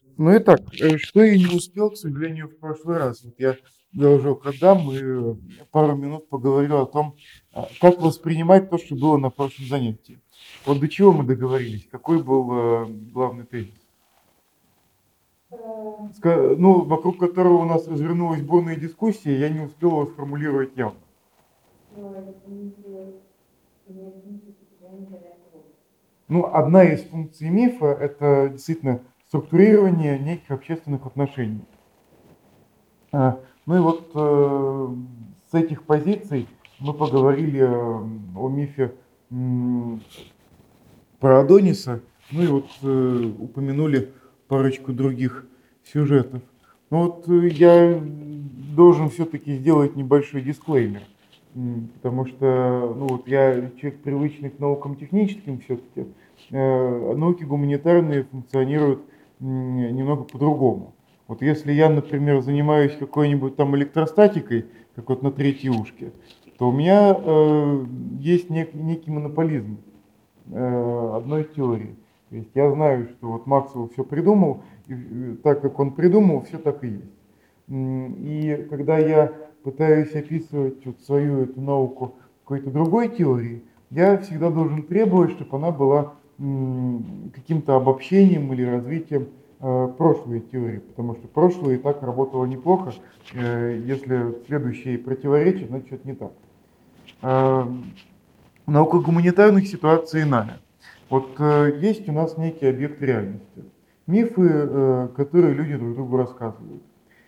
Ну и так, что я не успел, к сожалению, в прошлый раз. Вот я уже когда мы пару минут поговорил о том, как воспринимать то, что было на прошлом занятии. Вот до чего мы договорились? Какой был главный тезис? Ну, вокруг которого у нас развернулась бурная дискуссия, я не успел его сформулировать явно. Ну, одна из функций мифа – это действительно структурирование неких общественных отношений. Ну и вот с этих позиций мы поговорили о мифе про Адониса, ну и вот упомянули парочку других сюжетов. Но вот я должен все-таки сделать небольшой дисклеймер, потому что ну вот я человек, привычный к наукам техническим все-таки, науки гуманитарные функционируют немного по-другому. Вот если я, например, занимаюсь какой-нибудь там электростатикой, как вот на третьей ушке, то у меня есть некий монополизм одной теории. То есть я знаю, что вот Максвелл все придумал, и так как он придумал, все так и есть. И когда я пытаюсь описывать вот свою эту науку какой-то другой теории, я всегда должен требовать, чтобы она была каким-то обобщением или развитием прошлой теории, потому что прошлое и так работало неплохо. Если следующее противоречит, значит что-то не так. Наука гуманитарных ситуаций иная. Вот есть у нас некий объект реальности. Мифы, которые люди друг другу рассказывают.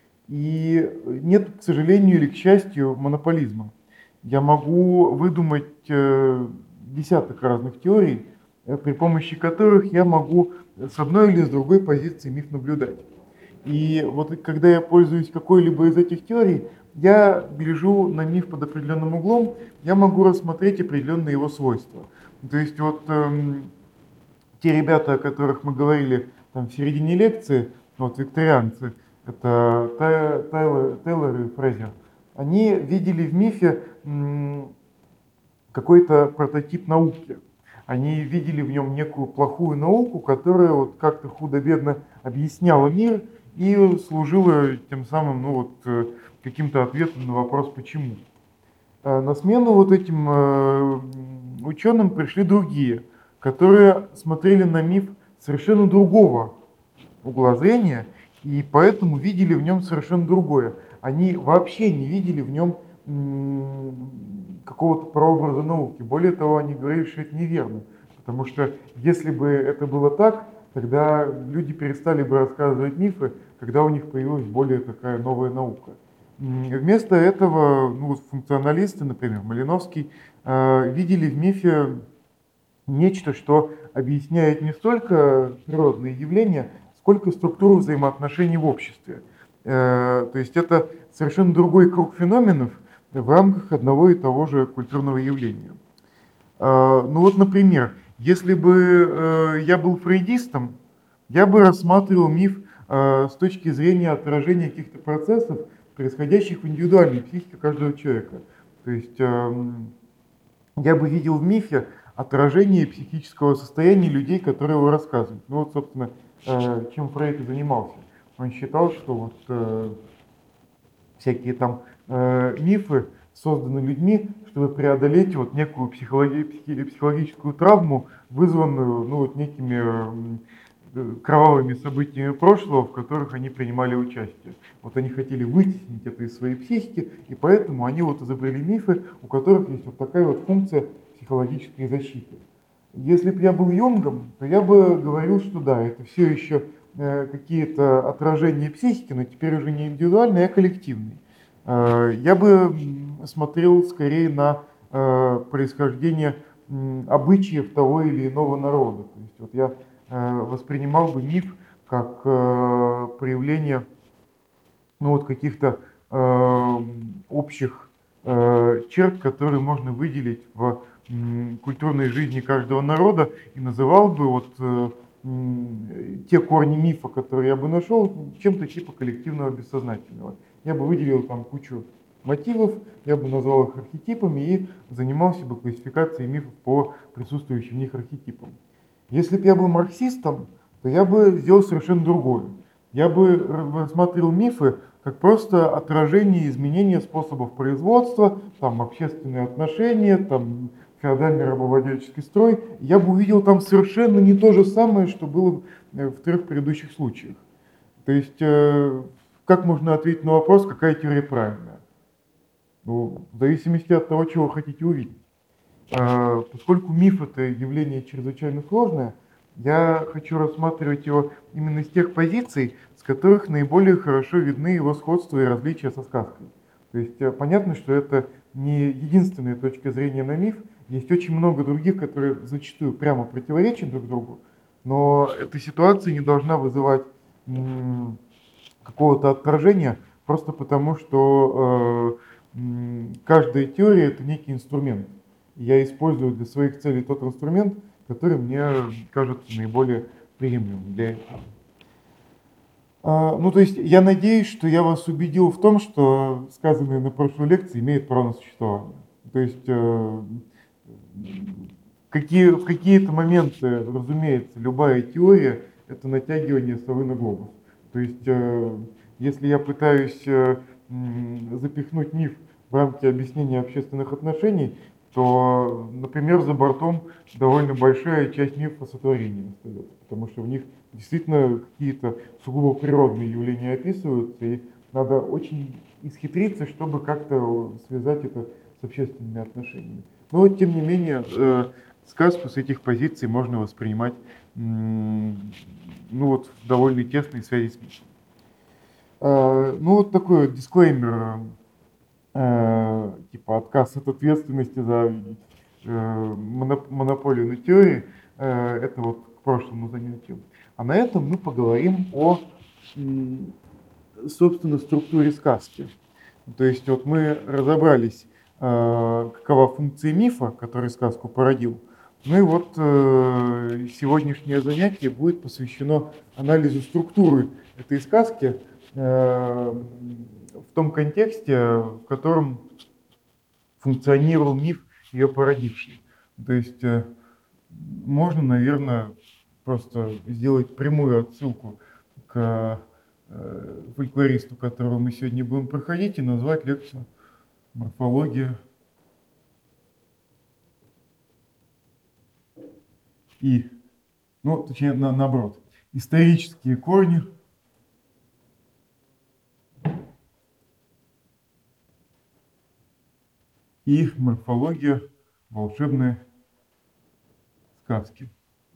И нет, к сожалению или к счастью, монополизма. Я могу выдумать десяток разных теорий, при помощи которых я могу с одной или с другой позиции миф наблюдать. И вот когда я пользуюсь какой-либо из этих теорий, я гляжу на миф под определенным углом, я могу рассмотреть определенные его свойства. То есть вот те ребята, о которых мы говорили там, в середине лекции, вот викторианцы, это Тейлор и Фрезер, они видели в мифе какой-то прототип науки. Они видели в нем некую плохую науку, которая вот как-то худо-бедно объясняла мир и служила тем самым ну, вот, каким-то ответом на вопрос «почему?». На смену вот этим ученым пришли другие, которые смотрели на миф совершенно другого угла зрения и поэтому видели в нем совершенно другое. Они вообще не видели в нем какого-то прообраза науки. Более того, они говорили, что это неверно. Потому что если бы это было так, тогда люди перестали бы рассказывать мифы, когда у них появилась более такая новая наука. Вместо этого ну, функционалисты, например, Малиновский, видели в мифе нечто, что объясняет не столько природные явления, сколько структуру взаимоотношений в обществе. То есть это совершенно другой круг феноменов в рамках одного и того же культурного явления. Ну вот, например, если бы я был фрейдистом, я бы рассматривал миф с точки зрения отражения каких-то процессов, происходящих в индивидуальной психике каждого человека. То есть я бы видел в мифе отражение психического состояния людей, которые его рассказывают. Ну вот, собственно, чем Фрейд и занимался. Он считал, что вот всякие там мифы созданы людьми, чтобы преодолеть вот некую психологическую травму, вызванную ну, вот некими кровавыми событиями прошлого, в которых они принимали участие. Вот они хотели вытеснить это из своей психики, и поэтому они вот изобрели мифы, у которых есть вот такая вот функция психологической защиты. Если бы я был Юнгом, то я бы говорил, что да, это все еще какие-то отражения психики, но теперь уже не индивидуальные, а коллективные. Я бы смотрел скорее на происхождение обычаев того или иного народа. То есть вот я воспринимал бы миф как проявление ну, вот каких-то общих черт, которые можно выделить в культурной жизни каждого народа, и называл бы вот те корни мифа, которые я бы нашел, чем-то типа коллективного бессознательного. Я бы выделил там кучу мотивов, я бы назвал их архетипами и занимался бы классификацией мифов по присутствующим в них архетипам. Если бы я был марксистом, то я бы сделал совершенно другое. Я бы рассмотрел мифы как просто отражение изменения способов производства, там общественные отношения, там феодальный рабовладельческий строй. Я бы увидел там совершенно не то же самое, что было в трех предыдущих случаях. То есть, как можно ответить на вопрос, какая теория правильная? Ну, в зависимости от того, чего вы хотите увидеть. Поскольку миф это явление чрезвычайно сложное, я хочу рассматривать его именно с тех позиций, с которых наиболее хорошо видны его сходства и различия со сказкой. То есть понятно, что это не единственная точка зрения на миф, есть очень много других, которые зачастую прямо противоречат друг другу, но эта ситуация не должна вызывать какого-то отторжения, просто потому что каждая теория это некий инструмент. Я использую для своих целей тот инструмент, который мне кажется наиболее приемлемым для этого. Ну, то есть я надеюсь, что я вас убедил в том, что сказанное на прошлой лекции имеет право на существование. То есть в какие-то моменты, разумеется, любая теория – это натягивание совы на глобус. То есть если я пытаюсь запихнуть миф в рамки объяснения общественных отношений, то, например, за бортом довольно большая часть мифа сотворения остается, потому что в них действительно какие-то сугубо природные явления описываются, и надо очень исхитриться, чтобы как-то связать это с общественными отношениями. Но, тем не менее, сказку с этих позиций можно воспринимать ну, вот, в довольно тесной связи с мифом. Ну, вот такой вот дисклеймер, типа отказ от ответственности за монополию на теории, это вот к прошлому занятию. А на этом мы поговорим о, собственно, структуре сказки. То есть вот мы разобрались, какова функция мифа, который сказку породил. Ну и вот сегодняшнее занятие будет посвящено анализу структуры этой сказки в том контексте, в котором функционировал миф, ее породивший. То есть можно, наверное, просто сделать прямую отсылку к фольклористу, которого мы сегодня будем проходить, и назвать лекцию «Морфология и», ну, точнее, наоборот, исторические корни и морфология волшебной сказки.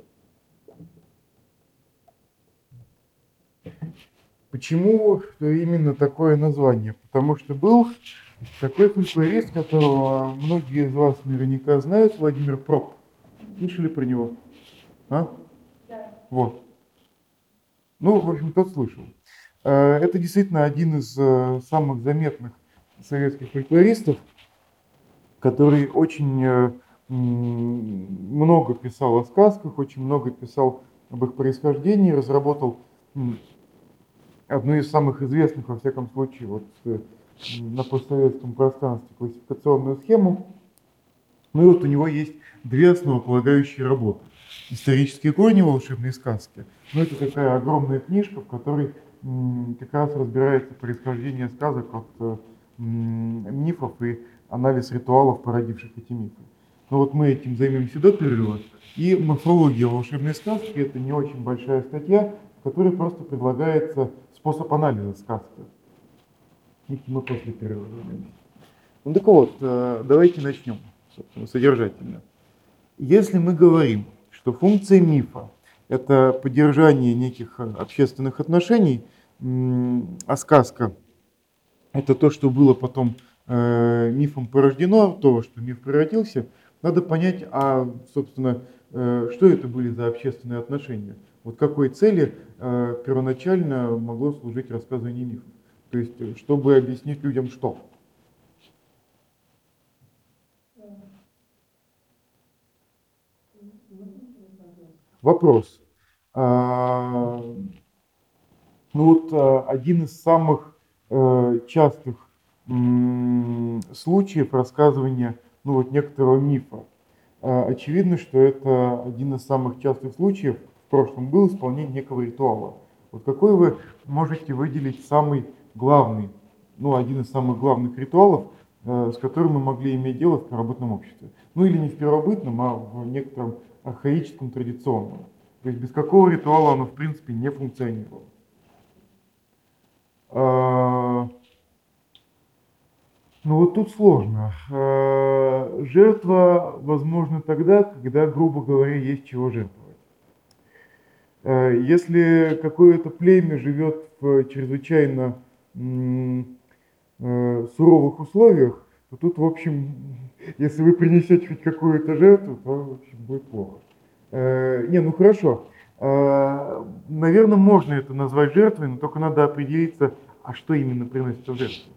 Почему именно такое название? Потому что был такой фольклорист, которого многие из вас наверняка знают, Владимир Проп. Слышали про него? А? Да. Вот. Ну, в общем, тот слышал. Это действительно один из самых заметных советских фольклористов, который очень много писал о сказках, очень много писал об их происхождении, разработал одну из самых известных, во всяком случае, вот на постсоветском пространстве классификационную схему. Ну и вот у него есть две основополагающие работы. «Исторические корни волшебной сказки». Ну это такая огромная книжка, в которой как раз разбирается происхождение сказок от мифов и анализ ритуалов, породивших эти мифы. Ну вот мы этим займемся до перерыва. И «Морфология волшебной сказки» — это не очень большая статья, в которой просто предлагается способ анализа сказки. Этим мы после перерыва займемся. Ну так вот, давайте начнем, собственно, содержательно. Если мы говорим, что функция мифа – это поддержание неких общественных отношений, а сказка – это то, что было потом мифом порождено, то, во что миф превратился, надо понять, собственно, что это были за общественные отношения. Вот какой цели первоначально могло служить рассказывание мифов. То есть, чтобы объяснить людям что? Вопрос. Ну вот один из самых частых случаев рассказывания некоторого мифа. Очевидно, что это один из самых частых случаев в прошлом был исполнение некого ритуала. Вот какой вы можете выделить самый главный, ну, один из самых главных ритуалов, с которым мы могли иметь дело в первобытном обществе? Ну, или не в первобытном, а в некотором архаическом, традиционном. То есть без какого ритуала оно, в принципе, не функционировало. Ну вот тут сложно. Жертва возможна тогда, когда, грубо говоря, есть чего жертвовать. Если какое-то племя живет в чрезвычайно суровых условиях, то тут, в общем, если вы принесете хоть какую-то жертву, то, в общем, будет плохо. Не, ну хорошо. Наверное, можно это назвать жертвой, но только надо определиться, а что именно приносится в жертву.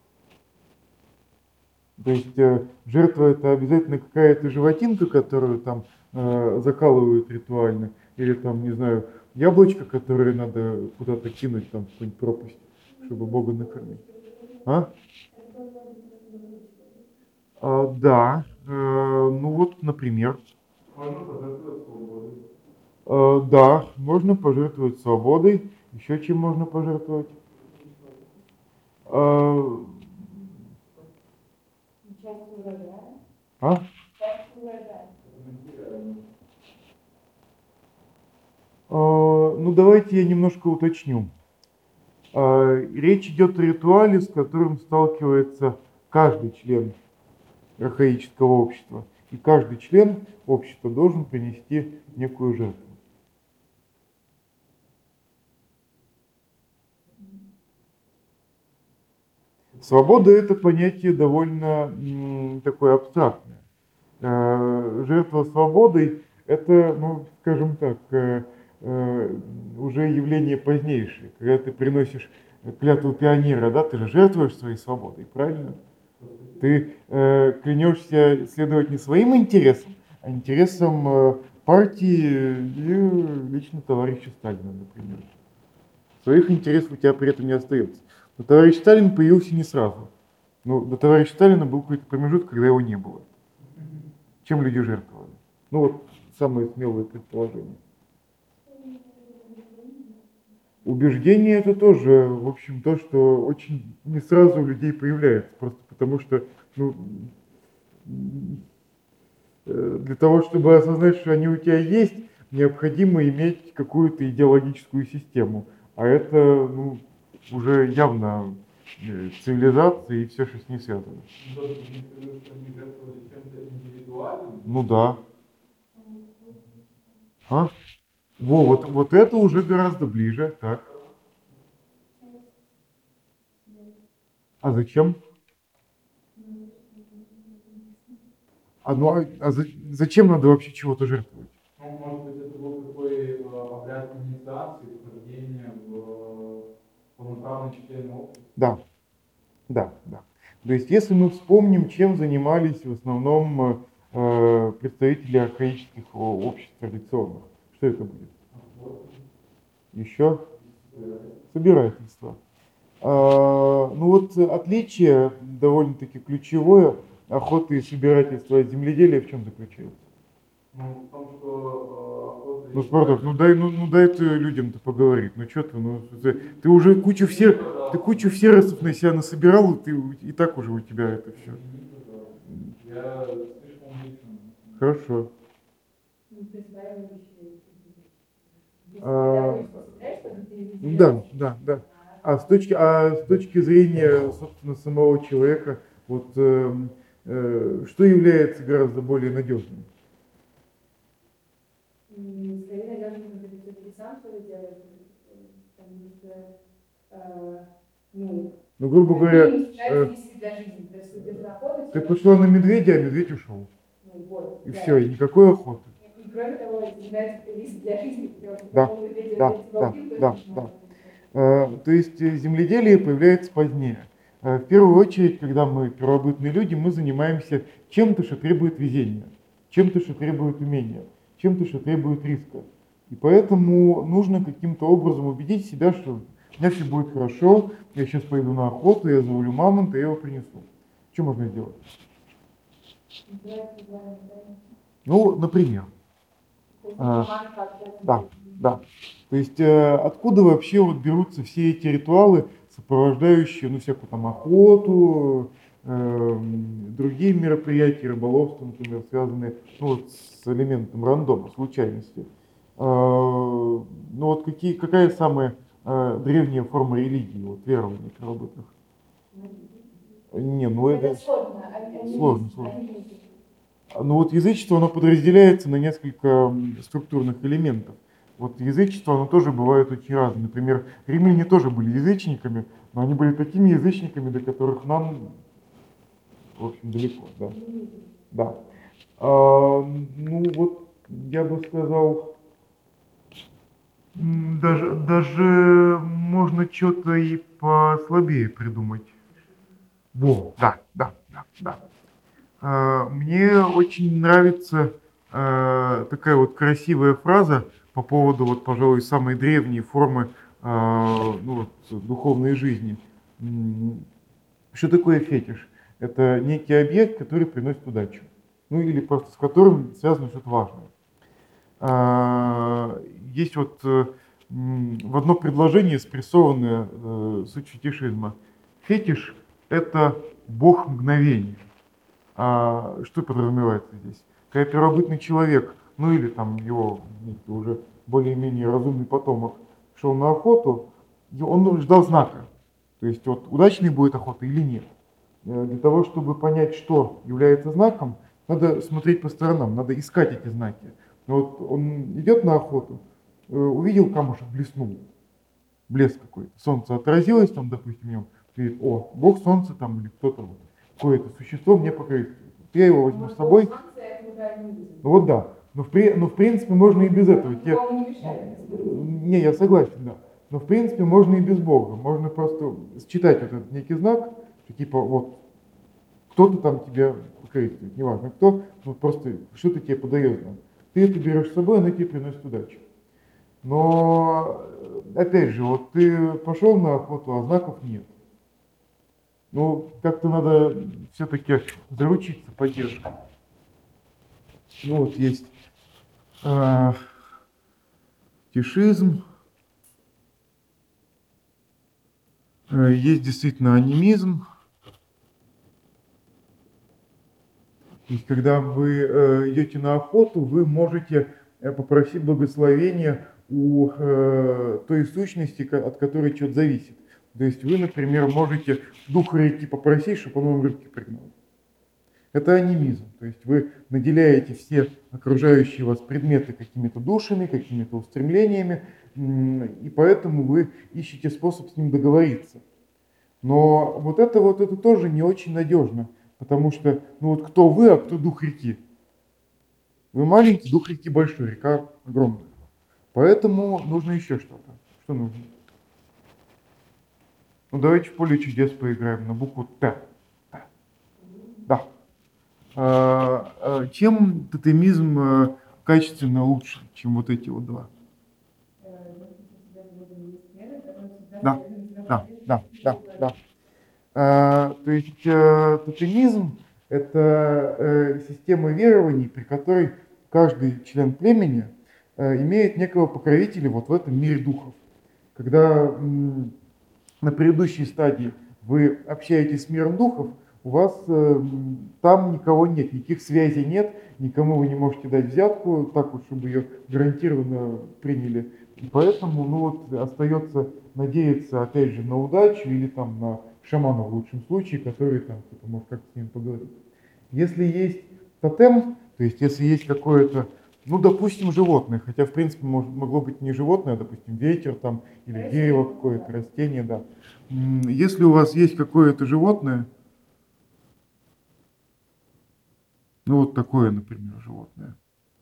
То есть жертва это обязательно какая-то животинка, которую там закалывают ритуально, или там, не знаю, яблочко, которое надо куда-то кинуть там в какую-нибудь пропасть, чтобы Бога накормить. А? Да, ну вот, например. Можно пожертвовать свободой. Да, можно пожертвовать свободой. Еще чем можно пожертвовать? А? Ну, давайте я немножко уточню. Речь идет о ритуале, с которым сталкивается каждый член архаического общества. И каждый член общества должен принести некую жертву. Свобода – это понятие довольно такое абстрактное. Жертва свободой – это, ну, скажем так, уже явление позднейшее. Когда ты приносишь клятву пионера, да, ты же жертвуешь своей свободой, правильно? Ты клянешься следовать не своим интересам, а интересам партии и лично товарища Сталина, например. Своих интересов у тебя при этом не остается. Но товарищ Сталин появился не сразу. Ну, до товарища Сталина был какой-то промежуток, когда его не было. Чем люди жертвовали? Ну вот самое смелое предположение. Убеждение это тоже, в общем, то, что очень не сразу у людей появляется. Просто потому что, ну, для того, чтобы осознать, что они у тебя есть, необходимо иметь какую-то идеологическую систему. А это, ну, уже явно цивилизация и все, что с ней связано. Ну да. А? Вот это уже гораздо ближе, так. А зачем? Зачем надо вообще чего-то жертвовать? Ну, может быть, это был такой обряд инициации, вхождения в полноправный член общества. Да. То есть, если мы вспомним, чем занимались в основном представители архаических обществ традиционных, что это будет? Еще? Собирательство. Ну вот отличие довольно-таки ключевое охоты и собирательства от земледелия в чем заключается? Ну, в том, что Ну, Спартак, дай ты людям-то поговорить. Ну что ты уже кучу серосов на себя насобирал, и так уже у тебя это все. Я слишком лично. Хорошо. Да. А с точки зрения, собственно, самого человека, вот что является гораздо более надежным? Скорее надежным, когда ты все-таки сам что-то делаешь, потому что, Ну, грубо говоря, ты пошла на медведя, а медведь ушел. И все, и никакой охоты. И кроме того, является риск для жизни, Да. То есть земледелие появляется позднее. В первую очередь, когда мы первобытные люди, мы занимаемся чем-то, что требует везения, чем-то, что требует умения, чем-то, что требует риска. И поэтому нужно каким-то образом убедить себя, что у меня все будет хорошо, я сейчас пойду на охоту, я завалю мамонта, я его принесу. Что можно сделать? Ну, например. Да. Да. То есть откуда вообще вот берутся все эти ритуалы, сопровождающие, ну, всякую там охоту, другие мероприятия, рыболовство, например, связанные, ну, вот с элементом рандома, случайности. Ну вот какая самая древняя форма религии, вот верования первобытных? Не, ну Это это сложно. сложно. Ну вот язычество, оно подразделяется на несколько структурных элементов. Вот язычество, оно тоже бывает очень разное. Например, римляне тоже были язычниками, но они были такими язычниками, до которых нам, в общем, далеко, да. Да. Ну вот, я бы сказал, даже можно что-то и послабее придумать. Во, да. Мне очень нравится такая вот красивая фраза по поводу, вот, пожалуй, самой древней формы ну, вот, духовной жизни. Что такое фетиш? Это некий объект, который приносит удачу. Ну или просто с которым связано что-то важное. Есть вот в одно предложение спрессованная суть фетишизма. Фетиш – это бог мгновения. Что подразумевается здесь? Когда первобытный человек, ну или там его уже более-менее разумный потомок, шел на охоту, он ждал знака. То есть вот удачной будет охота или нет. Для того, чтобы понять, что является знаком, надо смотреть по сторонам, надо искать эти знаки. Вот он идет на охоту, увидел камушек, блеснул, блеск какой-то, солнце отразилось там, допустим, в нем, говорит, о, бог солнца там или кто-то, вот, какое-то существо мне покровительствует. Я его возьму с собой. Ну вот да, но в принципе можно и без этого. Не, я согласен, да. Но в принципе можно и без Бога. Можно просто считать вот этот некий знак, что типа вот кто-то там тебя покровительствует, неважно кто, но просто что-то тебе подает знак. Ты это берешь с собой, оно тебе приносит удачу. Но, опять же, вот ты пошел на охоту, а знаков нет. Ну, как-то надо все-таки заручиться поддержкой. Ну, вот есть фетишизм, есть действительно анимизм. То есть, когда вы идете на охоту, вы можете попросить благословения у той сущности, от которой что-то зависит. То есть вы, например, можете духа реки попросить, чтобы он вам рыбки пригнал. Это анимизм. То есть вы наделяете все окружающие вас предметы какими-то душами, какими-то устремлениями, и поэтому вы ищете способ с ним договориться. Но вот это тоже не очень надежно, потому что, ну вот кто вы, а кто дух реки? Вы маленький, дух реки большой, река огромная. Поэтому нужно еще что-то. Что нужно? Ну давайте в поле чудес поиграем на букву Т. Да. Чем тотемизм качественно лучше, чем вот эти вот два? Да. То есть тотемизм – это система верований, при которой каждый член племени имеет некого покровителя вот в этом мире духов. Когда на предыдущей стадии вы общаетесь с миром духов, у вас там никого нет, никаких связей нет, никому вы не можете дать взятку, так вот, чтобы ее гарантированно приняли. И поэтому, ну вот, остается надеяться, опять же, на удачу или там на шамана в лучшем случае, который там кто-то может как-то с ним поговорить. Если есть тотем, то есть если есть какое-то, ну, допустим, животное, хотя, в принципе, могло быть не животное, а, допустим, ветер там, или дерево какое-то, растение, да. Если у вас есть какое-то животное, ну, вот такое, например, животное,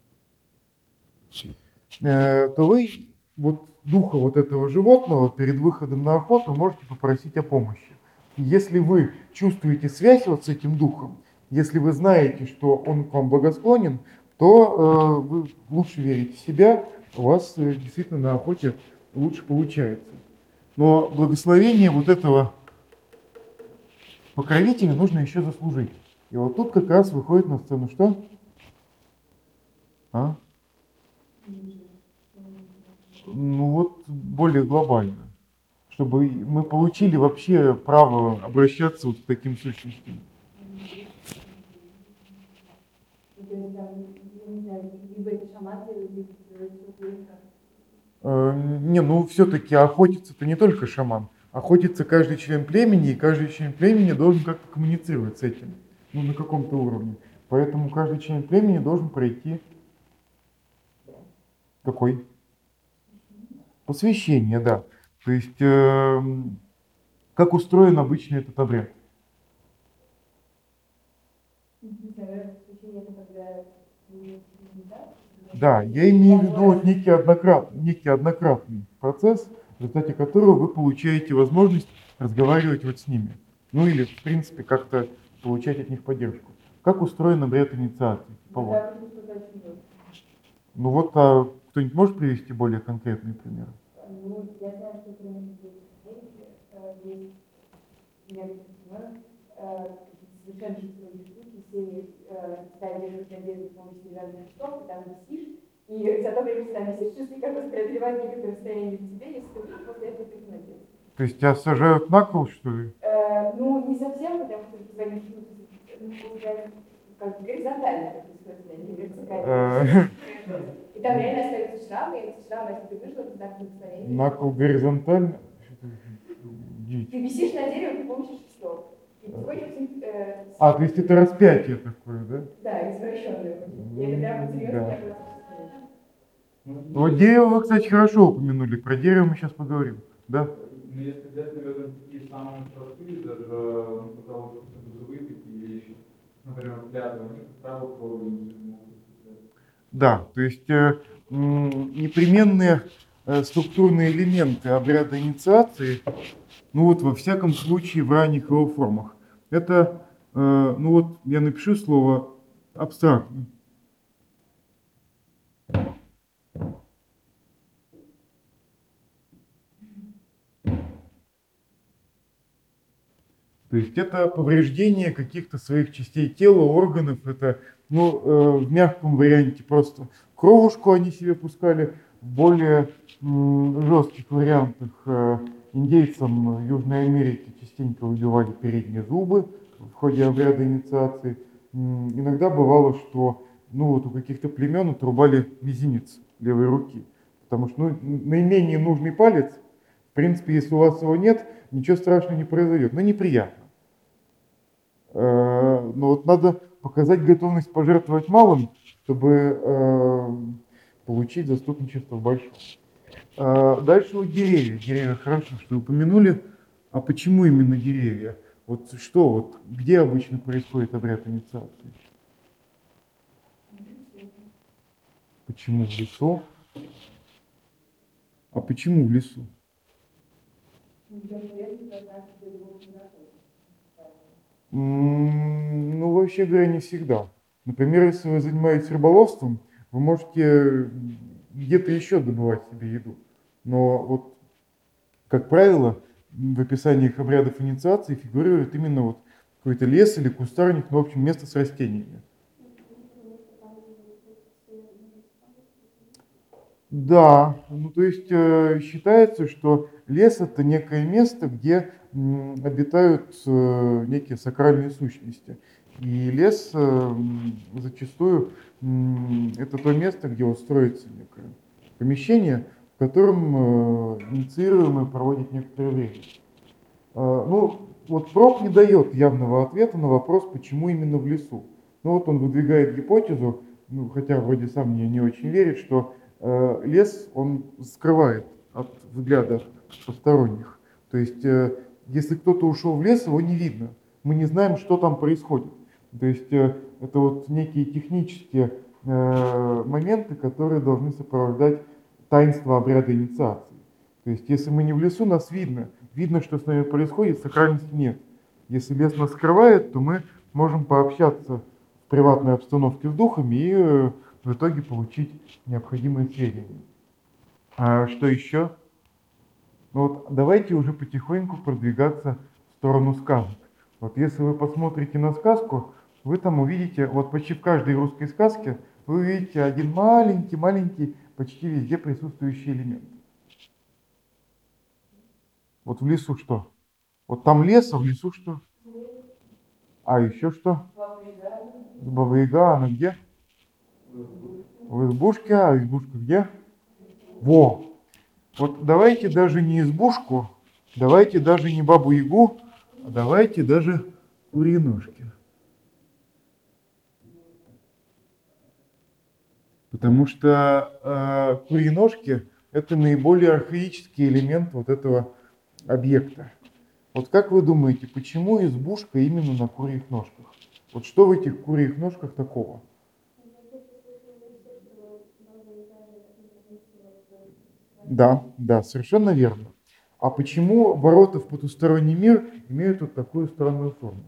то вы вот духа вот этого животного перед выходом на охоту можете попросить о помощи. И если вы чувствуете связь вот с этим духом, если вы знаете, что он к вам благосклонен, то вы лучше верите в себя, у вас действительно на охоте лучше получается. Но благословение вот этого покровителя нужно еще заслужить. И вот тут как раз выходит на сцену что? Ну вот более глобально, чтобы мы получили вообще право обращаться вот к таким сущностям. Ну, то есть там, я не знаю, либо это шаман делает, либо это человека. Не, ну все-таки охотиться-то не только шаман. Охотится каждый член племени, и каждый член племени должен как-то коммуницировать с этим, ну на каком-то уровне. Поэтому каждый член племени должен пройти какой? Посвящение, да. То есть как устроен обычный этот обряд? Не знаю, посвящение это когда не так? Да, я имею в виду вот некий однократный процесс, в результате которого вы получаете возможность разговаривать вот с ними. Ну или, в принципе, как-то получать от них поддержку. Как устроен обряд инициации? Типа вот. Да, что-то очень много. Ну вот, а кто-нибудь может привести более конкретные примеры? Ну, я знаю, что при есть некоторые семьи, совершенно жестокие штуки, серии ставят надежду с помощью деревянных штов, и там висишь, и за то время, что там висишь, чувствуешь, как бы преодолевать некоторое расстояние к тебе, если ты после этого прекратишь. То есть тебя сажают на кол, что ли? Ну, не совсем, потому что ты звонишь, как бы горизонтально это происходит, а не вертикально. И там реально остаются шрамы, и эти шрамы, если ты вышла, то так благословение. На кол горизонтально? Ты висишь на дереве при помощи шестов. И подходишь к ним, А, то есть это распятие такое, да? да, извращенное. И это прям серьезно. Вот дерево вы, кстати, хорошо упомянули. Про дерево мы сейчас поговорим. Да? Ну, если взять, наверное, такие самые простые, даже для того, чтобы бытовые такие вещи, например, клятвы, они, как правило, кровью не могут исчислять. Да, то есть непременные структурные элементы обряда инициации, ну вот во всяком случае в ранних его формах, это, ну вот я напишу слово абстрактно. То есть это повреждение каких-то своих частей тела, органов. Это, ну, в мягком варианте просто кровушку они себе пускали. В более жестких вариантах индейцам Южной Америки частенько выбивали передние зубы в ходе обряда инициации. Иногда бывало, что ну, вот у каких-то племен отрубали мизинец левой руки. Потому что ну, наименее нужный палец, в принципе, если у вас его нет, ничего страшного не произойдет, но неприятно. Но вот надо показать готовность пожертвовать малым, чтобы получить заступничество в большом. Дальше вот деревья. Деревья хорошо, что упомянули. А почему именно деревья? Вот что, вот где обычно происходит обряд инициации? Почему в лесу? А почему в лесу? Ну, вообще говоря, не всегда. Например, если вы занимаетесь рыболовством, вы можете где-то еще добывать себе еду. Но вот, как правило, в описаниях обрядов инициации фигурирует именно вот какой-то лес или кустарник, ну, в общем, место с растениями. Да, ну то есть считается, что лес это некое место, где обитают некие сакральные сущности. И лес зачастую это то место, где вот строится некое помещение, в котором инициируемые проводят некоторое время. Ну, вот Проб не дает явного ответа на вопрос, почему именно в лесу. Ну вот он выдвигает гипотезу, ну, хотя вроде сам не очень верит, что лес, он скрывает от взгляда посторонних. То есть, если кто-то ушел в лес, его не видно. Мы не знаем, что там происходит. То есть, это вот некие технические моменты, которые должны сопровождать таинство обряда инициации. То есть, если мы не в лесу, нас видно. Видно, что с нами происходит, сакральности нет. Если лес нас скрывает, то мы можем пообщаться в приватной обстановке с духами и в итоге получить необходимые сведения. А что еще? Ну вот давайте уже потихоньку продвигаться в сторону сказок. Вот если вы посмотрите на сказку, вы там увидите, вот почти в каждой русской сказке вы увидите один маленький, почти везде присутствующий элемент. Вот в лесу что? Вот там лес, а в лесу что? А еще что? Баба-яга, она где? В избушке, а избушка где? Во! Вот давайте даже не избушку, давайте даже не бабу-ягу, а давайте даже курьи ножки. Потому что курьи ножки – это наиболее архаический элемент вот этого объекта. Вот как вы думаете, почему избушка именно на курьих ножках? Вот что в этих курьих ножках такого? Да, да, совершенно верно. А почему ворота в потусторонний мир имеют вот такую странную форму?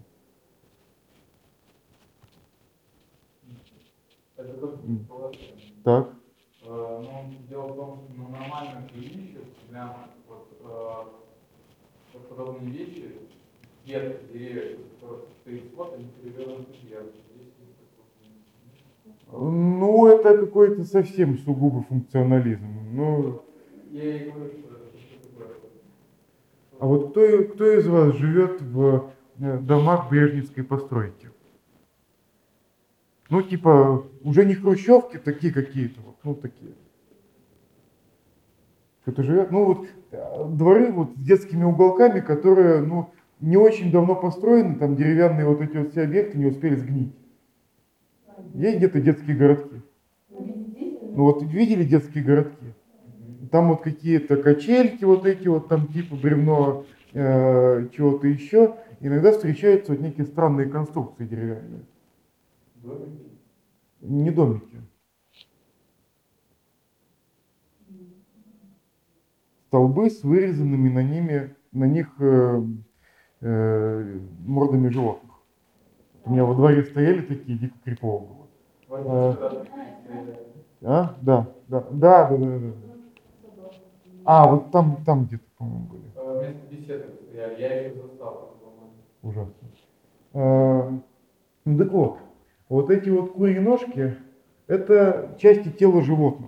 Это тоже М. положение. Так, Ну, дело в том, что на нормальных жилищах прям вот подобные вещи, ветки, деревья, которые стоит скот, они перевернуты вверх. Здесь нет такого. ну это какой-то совсем сугубо функционализм. Ну, Я и говорю, что это что-то такое. а вот кто из вас живет в домах брежневской постройки? Ну, типа, уже не хрущевки, такие какие-то, вот, ну, такие. Кто-то живет, ну, вот, дворы вот с детскими уголками, которые, ну, не очень давно построены, там деревянные вот эти вот все объекты не успели сгнить. Есть где-то детские городки? Ну, вот видели детские городки? Там вот какие-то качельки вот эти вот, там типа бревно, чего-то еще. Иногда встречаются вот некие странные конструкции деревянные. Домики? Не домики. Столбы с вырезанными на них мордами животных. У меня во дворе стояли такие, дико крипово было. А? Да, да, да, да, да, да. А, вот там где-то, по-моему, были. Вместо беседы стояли, я их застал. Ужасно. Ну так вот эти вот курьи ножки, это части тела животного.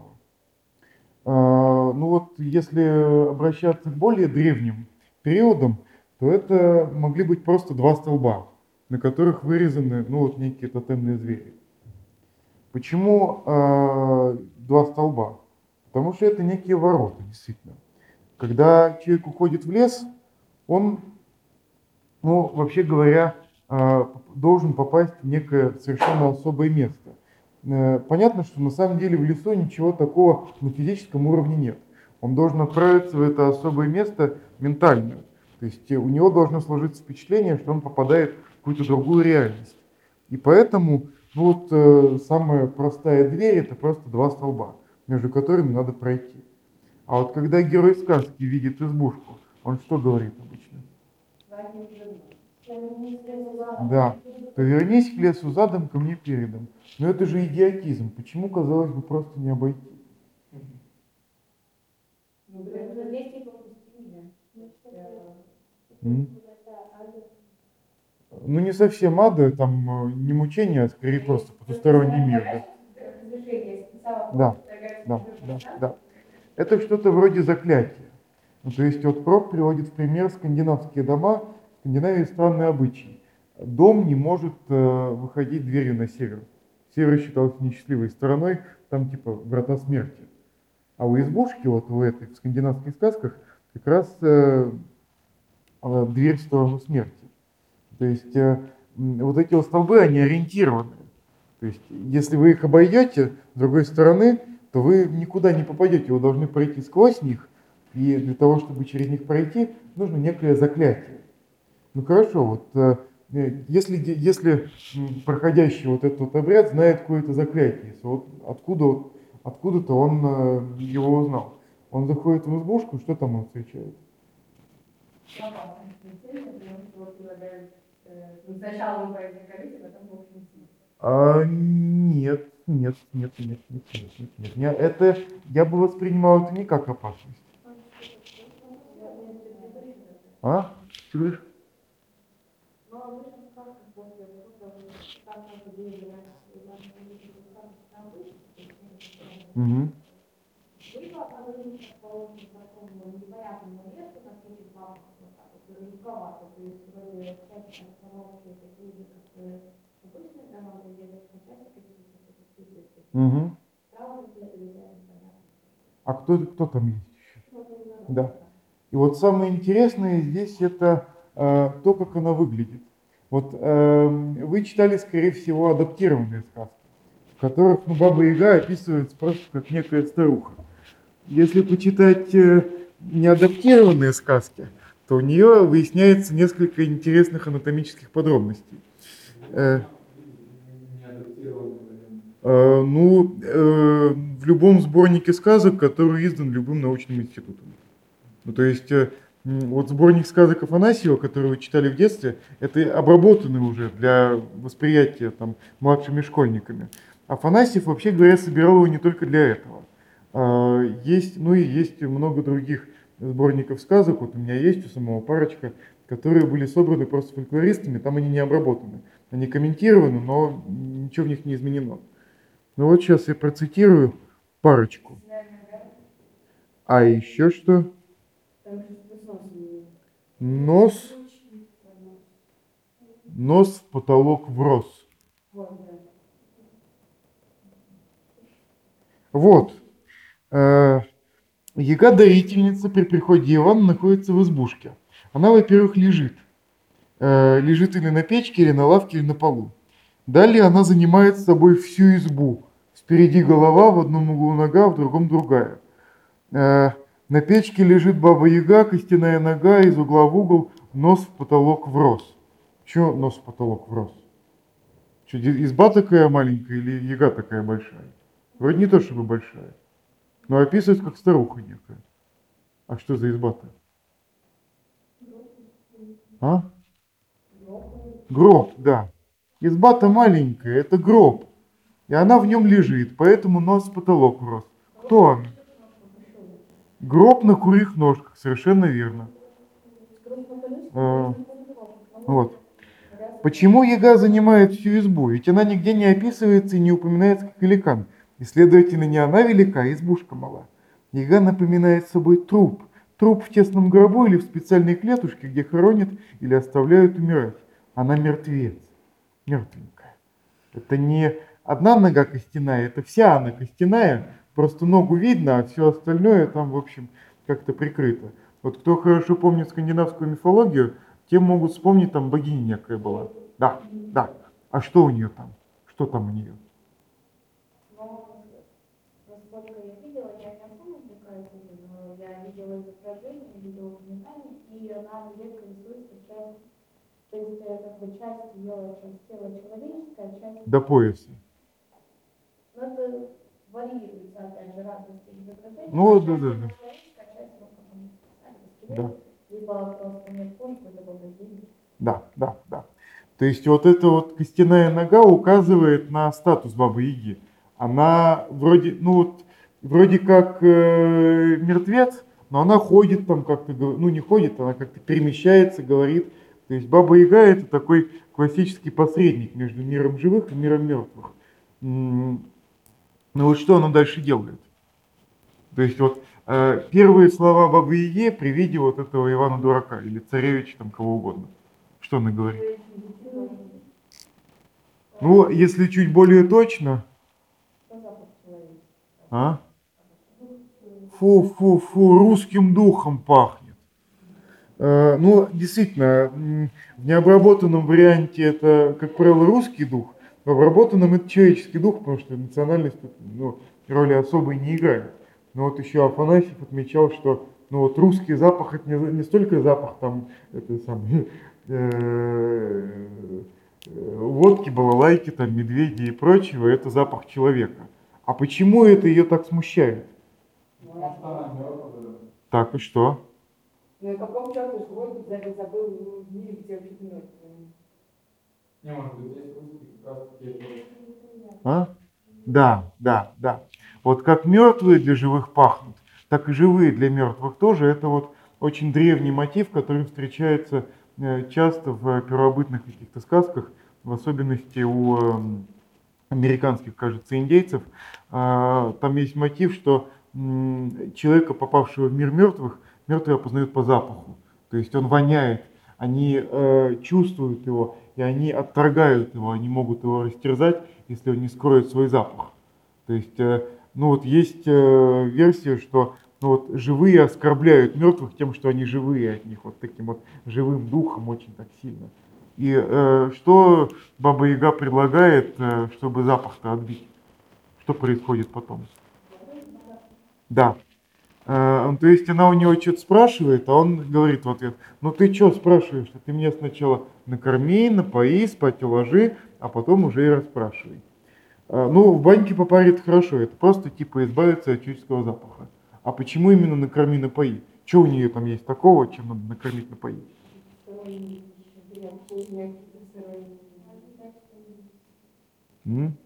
Ну вот, если обращаться к более древним периодам, то это могли быть просто два столба, на которых вырезаны, ну вот, некие тотемные звери. Почему два столба? Потому что это некие ворота, действительно. Когда человек уходит в лес, он, ну, вообще говоря, должен попасть в некое совершенно особое место. Понятно, что на самом деле в лесу ничего такого на физическом уровне нет. Он должен отправиться в это особое место ментально. То есть у него должно сложиться впечатление, что он попадает в какую-то другую реальность. И поэтому ну, вот самая простая дверь это просто два столба, между которыми надо пройти. А вот когда герой сказки видит избушку, он что говорит обычно? Да, повернись к лесу задом, ко мне передом. Но это же идиотизм. Почему, казалось бы, просто не обойти? М? Ну, не совсем ада, там не мучение, а скорее просто потусторонний мир. Да, да, да, да. Это что-то вроде заклятия. Ну, то есть вот Прок приводит в пример скандинавские дома. В Скандинавии странный обычай. Дом не может выходить дверью на север. Север считался несчастливой стороной, там типа врата смерти. А у избушки, вот у этой, в скандинавских сказках, как раз дверь в сторону смерти. То есть вот эти вот столбы, они ориентированы. То есть если вы их обойдете с другой стороны, то вы никуда не попадете, вы должны пройти сквозь них, и для того, чтобы через них пройти, нужно некое заклятие. Ну хорошо, вот если проходящий вот этот вот обряд знает какое-то заклятие, если вот откуда-то он его узнал. Он заходит в избушку, что там он встречает? Сначала вы пройдете, потом вы Нет, нет, нет, нет, нет, нет, нет, нет. Я бы воспринимал это не как опасность. А? Что говоришь? Угу. двигаться по такому непонятному лесу, на всяких лапах, вот так вот, жутковато. То есть вроде часть остановки такие же, как обычные команды, где-то часть какие-то Мгм. справа какие-то летят, непонятно. А кто там есть еще? Да. И вот самое интересное здесь это то, как она выглядит. Вот вы читали, скорее всего, адаптированные сказки, в которых Баба Яга описывается просто как некая старуха. Если почитать неадаптированные сказки, то у нее выясняется несколько интересных анатомических подробностей. Э, Не адаптированный вариант. в любом сборнике сказок, который издан любым научным институтом. Ну, то есть, вот сборник сказок Афанасьева, который вы читали в детстве, это обработанный уже для восприятия там, младшими школьниками. Афанасьев, вообще говоря, собирал его не только для этого. Есть, ну и есть много других сборников сказок, вот у меня есть у самого парочка, которые были собраны просто фольклористами, там они не обработаны. Они комментированы, но ничего в них не изменено. Ну вот сейчас я процитирую парочку. А еще что? Нос в потолок врос. Вот. Яга-дарительница при приходе Ивана находится в избушке. Она, во-первых, лежит. Лежит или на печке, или на лавке, или на полу. Далее она занимает с собой всю избу. Спереди голова, в одном углу нога, в другом другая. На печке лежит Баба Яга, костяная нога, из угла в угол, нос в потолок врос. Чего нос в потолок врос? Что, изба такая маленькая или яга такая большая? Вроде не то, чтобы большая. Но описывается как старуха некая. А что за изба-то? А? Гроб, да. Изба-то маленькая, это гроб. И она в нем лежит, поэтому нос в потолок врос. Кто он? Гроб на курьих ножках, совершенно верно. Вот. Почему яга занимает всю избу? Ведь она нигде не описывается и не упоминается как великан. И, следовательно, не она велика, а избушка мала. Яга напоминает собой труп. Труп в тесном гробу или в специальной клетушке, где хоронят или оставляют умирать. Она мертвец. Мертвенькая. Это не одна нога костяная, это вся она костяная. Просто ногу видно, а все остальное там, в общем, как-то прикрыто. Вот кто хорошо помнит скандинавскую мифологию, те могут вспомнить, там богиня некая была. Да, да. А что у нее там? Что там у нее? Насколько я видела, я не помню, какая это, но я видела изображение, видела упоминание, и она редко рисуется часть, то есть как бы часть ее тела человеческая, часть... До пояса. Но это варьируется, опять же, разность изображений. Ну, да, да, да. Да. Либо просто нет пункта, либо богини. Да, да, да. То есть вот эта вот костяная нога указывает на статус Бабы Яги. Она вроде, ну вот, вроде как мертвец, но она ходит там как-то, ну не ходит, она как-то перемещается, говорит. То есть Баба Яга это такой классический посредник между миром живых и миром мертвых. Ну вот что она дальше делает? То есть вот первые слова Бабы Яги при виде вот этого Ивана Дурака или царевича, там кого угодно. Что она говорит? Ну, если чуть более точно. А? Фу, русским духом пахнет. Ну, действительно, в необработанном варианте это, как правило, русский дух, в обработанном это человеческий дух, потому что национальность тут, ну, роли особой не играет. Но вот еще Афанасьев отмечал, что ну, вот русский запах это не столько запах там, это самый, водки, балалайки, там, медведи и прочего, это запах человека. А почему это ее так смущает? Так, и что? Ну и каком черту свой забыл в мире, где вообще мертвые? Не, может быть, здесь русский как раз таки... А? Да. Вот как мертвые для живых пахнут, так и живые для мертвых тоже. Это вот очень древний мотив, который встречается часто в первобытных каких-то сказках, в особенности у американских, кажется, индейцев. Там есть мотив, что человека, попавшего в мир мертвых, мертвые опознают по запаху. То есть он воняет, они чувствуют его, и они отторгают его, они могут его растерзать, если он не скроет свой запах. То есть, ну вот есть версия, что ну вот, живые оскорбляют мертвых тем, что они живые от них, вот таким вот живым духом очень так сильно. И что Баба Яга предлагает, чтобы запах-то отбить? Что происходит потом? Да. То есть она у него что-то спрашивает, а он говорит в ответ: ну ты что спрашиваешь? Ты меня сначала накорми, напои, спать уложи, а потом уже и расспрашивай. Ну, в баньке попарить хорошо, это просто типа избавиться от человеческого запаха. А почему именно накорми, напои? Что у нее там есть такого, чем надо накормить, напоить? М?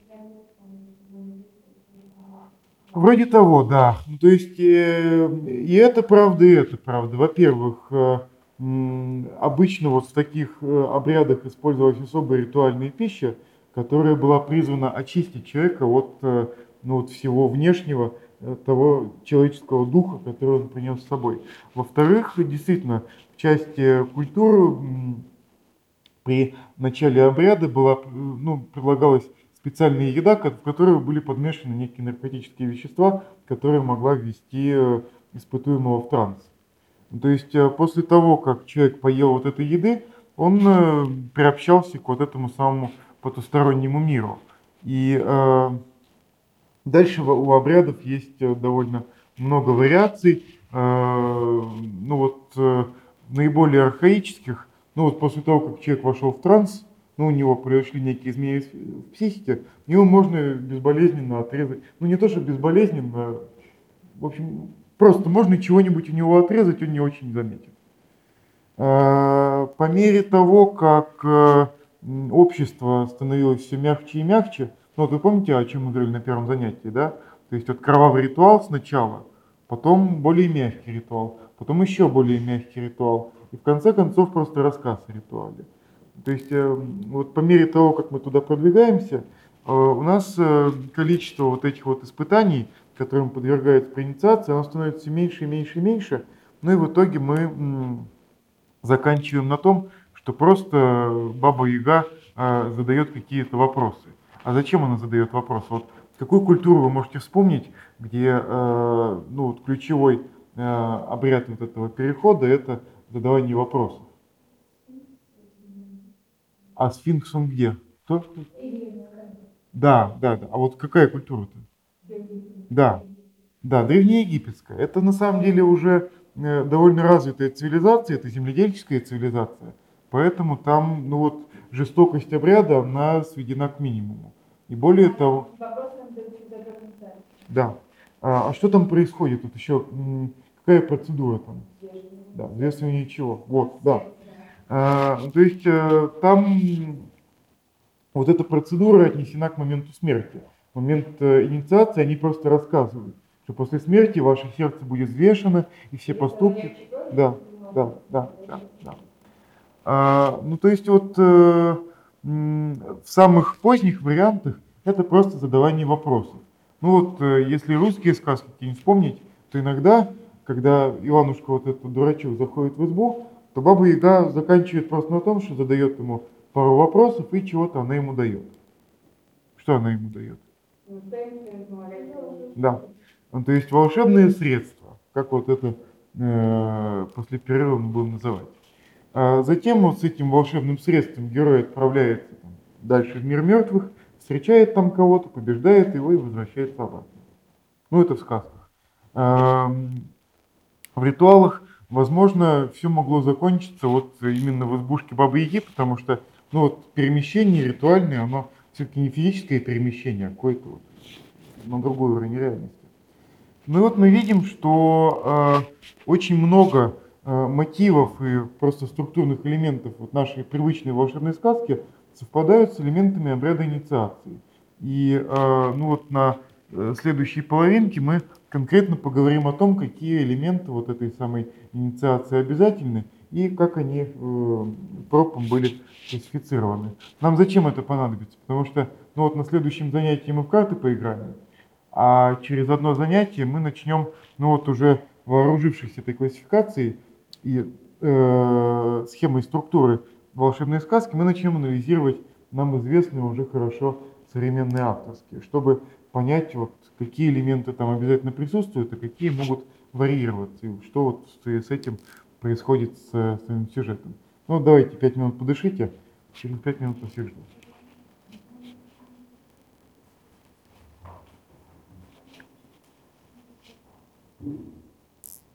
Вроде того, да. Ну, то есть и это правда, и это правда. Во-первых, обычно вот в таких обрядах использовалась особая ритуальная пища, которая была призвана очистить человека от ну, вот всего внешнего, того человеческого духа, который он принес с собой. Во-вторых, действительно, в части культуры при начале обряда была, ну, предлагалась специальная еда, в которой были подмешаны некие наркотические вещества, которые могла ввести испытуемого в транс. То есть после того, как человек поел вот этой еды, он приобщался к вот этому самому потустороннему миру. И дальше у обрядов есть довольно много вариаций. Ну вот наиболее архаических, ну вот после того, как человек вошел в транс, ну, у него произошли некие изменения в психике, его можно безболезненно отрезать. Ну, не то, что безболезненно, в общем, просто можно чего-нибудь у него отрезать, он не очень заметит. По мере того, как общество становилось все мягче и мягче, ну, вот вы помните, о чем мы говорили на первом занятии, да? То есть вот кровавый ритуал сначала, потом более мягкий ритуал, потом еще более мягкий ритуал, и в конце концов просто рассказ о ритуале. То есть вот по мере того, как мы туда продвигаемся, у нас количество вот этих вот испытаний, которым подвергается при инициации, оно становится все меньше и меньше и меньше. Ну и в итоге мы заканчиваем на том, что просто Баба Яга задает какие-то вопросы. А зачем она задает вопросы? Вот какую культуру вы можете вспомнить, где ну, вот ключевой обряд вот этого перехода — это задавание вопросов? А сфинкс он где? Кто? Да, да, да. А вот какая культура-то? Да, да, древнеегипетская. Это на самом деле уже довольно развитая цивилизация, это земледельческая цивилизация. Поэтому там, ну вот, жестокость обряда, она сведена к минимуму. И более того... Да. А что там происходит? Тут еще какая процедура там? Да, взвешивание чего? Вот, да. То есть там вот эта процедура отнесена к моменту смерти. В момент инициации они просто рассказывают, что после смерти ваше сердце будет взвешено, и все поступки... Да, да, да, да, да. Ну, то есть вот в самых поздних вариантах это просто задавание вопросов. Ну вот, если русские сказки какие-нибудь вспомнить, то иногда, когда Иванушка, вот этот дурачок, заходит в избу, то Баба Яга заканчивает просто на том, что задает ему пару вопросов, и чего-то она ему дает. Что она ему дает? Да. Ну, то есть волшебные средства, как вот это после перерыва мы будем называть. А затем вот с этим волшебным средством герой отправляется там дальше в мир мертвых, встречает там кого-то, побеждает его и возвращается обратно. Ну, это в сказках. В ритуалах, возможно, все могло закончиться вот именно в избушке Бабы Яги, потому что, ну, вот перемещение ритуальное, оно все-таки не физическое перемещение, а какое-то вот на другой уровень реальности. Ну и вот мы видим, что очень много мотивов и просто структурных элементов вот нашей привычной волшебной сказки совпадают с элементами обряда инициации. И ну вот на следующей половинке мы конкретно поговорим о том, какие элементы вот этой самой инициации обязательны и как они пропом были классифицированы. Нам зачем это понадобится? Потому что ну вот на следующем занятии мы в карты поиграем, А через одно занятие мы начнем, ну вот уже вооружившись этой классификацией и схемой структуры волшебной сказки, мы начнем анализировать нам известные уже хорошо современные авторские, чтобы понять, вот, какие элементы там обязательно присутствуют, а какие могут варьироваться, и что вот с этим происходит с самим сюжетом. Ну, давайте 5 минут подышите, через 5 минут я всех жду.